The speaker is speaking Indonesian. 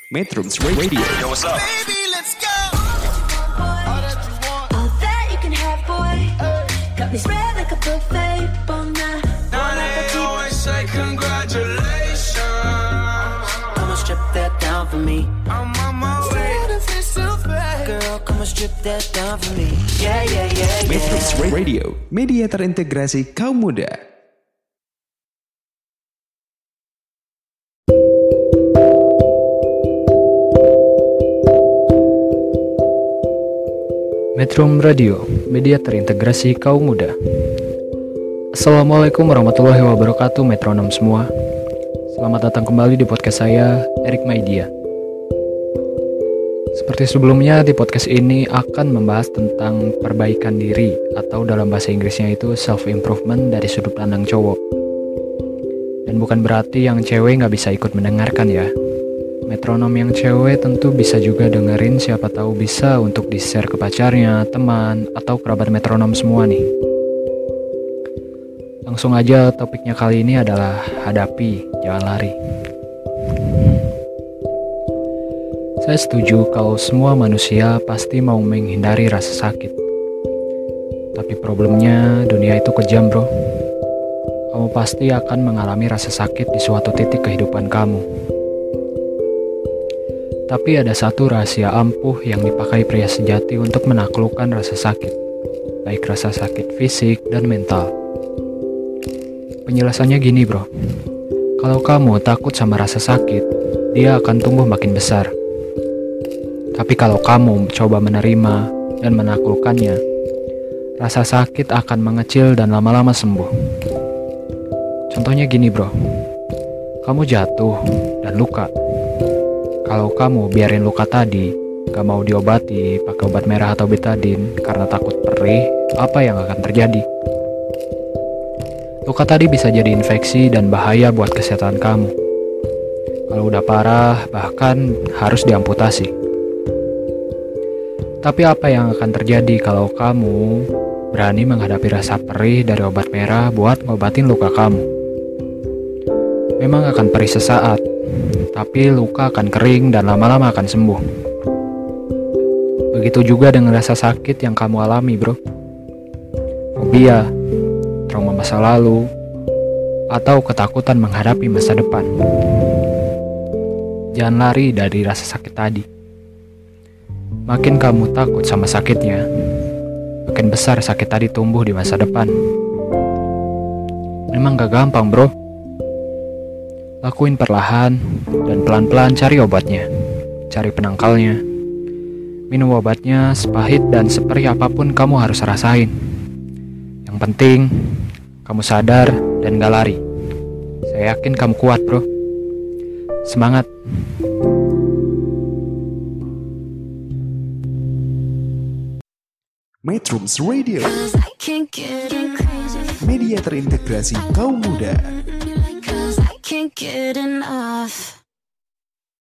Metrums Radio. Yo, what's up? Baby, let's go. All that you want, all that you can have, boy. Got me spread like a buffet, bon night. Now they always say congratulations. Come and strip that down for me. I'm on my way. Girl, come and strip that down for me. Yeah, yeah, yeah, yeah. Metrums Radio, media terintegrasi kaum muda. Metrum Radio, media terintegrasi kaum muda. Assalamualaikum warahmatullahi wabarakatuh, metronom semua. Selamat datang kembali di podcast saya, Erik Maidia. Seperti sebelumnya, di podcast ini akan membahas tentang perbaikan diri, atau dalam bahasa Inggrisnya itu self-improvement dari sudut pandang cowok. Dan bukan berarti yang cewek nggak bisa ikut mendengarkan ya. Metronom yang cewek tentu bisa juga dengerin, siapa tahu bisa untuk di-share ke pacarnya, teman, atau kerabat metronom semua nih. Langsung aja, topiknya kali ini adalah hadapi, jangan lari. Saya setuju kalau semua manusia pasti mau menghindari rasa sakit. Tapi problemnya, dunia itu kejam bro. Kamu pasti akan mengalami rasa sakit di suatu titik kehidupan kamu. Tapi ada satu rahasia ampuh yang dipakai pria sejati untuk menaklukkan rasa sakit, baik rasa sakit fisik dan mental. Penjelasannya gini bro, kalau kamu takut sama rasa sakit, dia akan tumbuh makin besar. Tapi kalau kamu coba menerima dan menaklukkannya, rasa sakit akan mengecil dan lama-lama sembuh. Contohnya gini bro, kamu jatuh dan luka. Kalau kamu biarin luka tadi, gak mau diobati pakai obat merah atau betadine karena takut perih, apa yang akan terjadi? Luka tadi bisa jadi infeksi dan bahaya buat kesehatan kamu. Kalau udah parah, bahkan harus diamputasi. Tapi apa yang akan terjadi kalau kamu berani menghadapi rasa perih dari obat merah buat ngobatin luka kamu? Memang akan perih sesaat, tapi luka akan kering dan lama-lama akan sembuh. Begitu juga dengan rasa sakit yang kamu alami bro. Fobia, trauma masa lalu, atau ketakutan menghadapi masa depan. Jangan lari dari rasa sakit tadi. Makin kamu takut sama sakitnya, makin besar sakit tadi tumbuh di masa depan. Memang gak gampang bro. Lakuin perlahan dan pelan-pelan cari obatnya, cari penangkalnya. Minum obatnya sepahit dan seperih apapun kamu harus rasain. Yang penting, kamu sadar dan gak lari. Saya yakin kamu kuat bro. Semangat! Metrums Radio, media terintegrasi kaum muda. Can't get enough.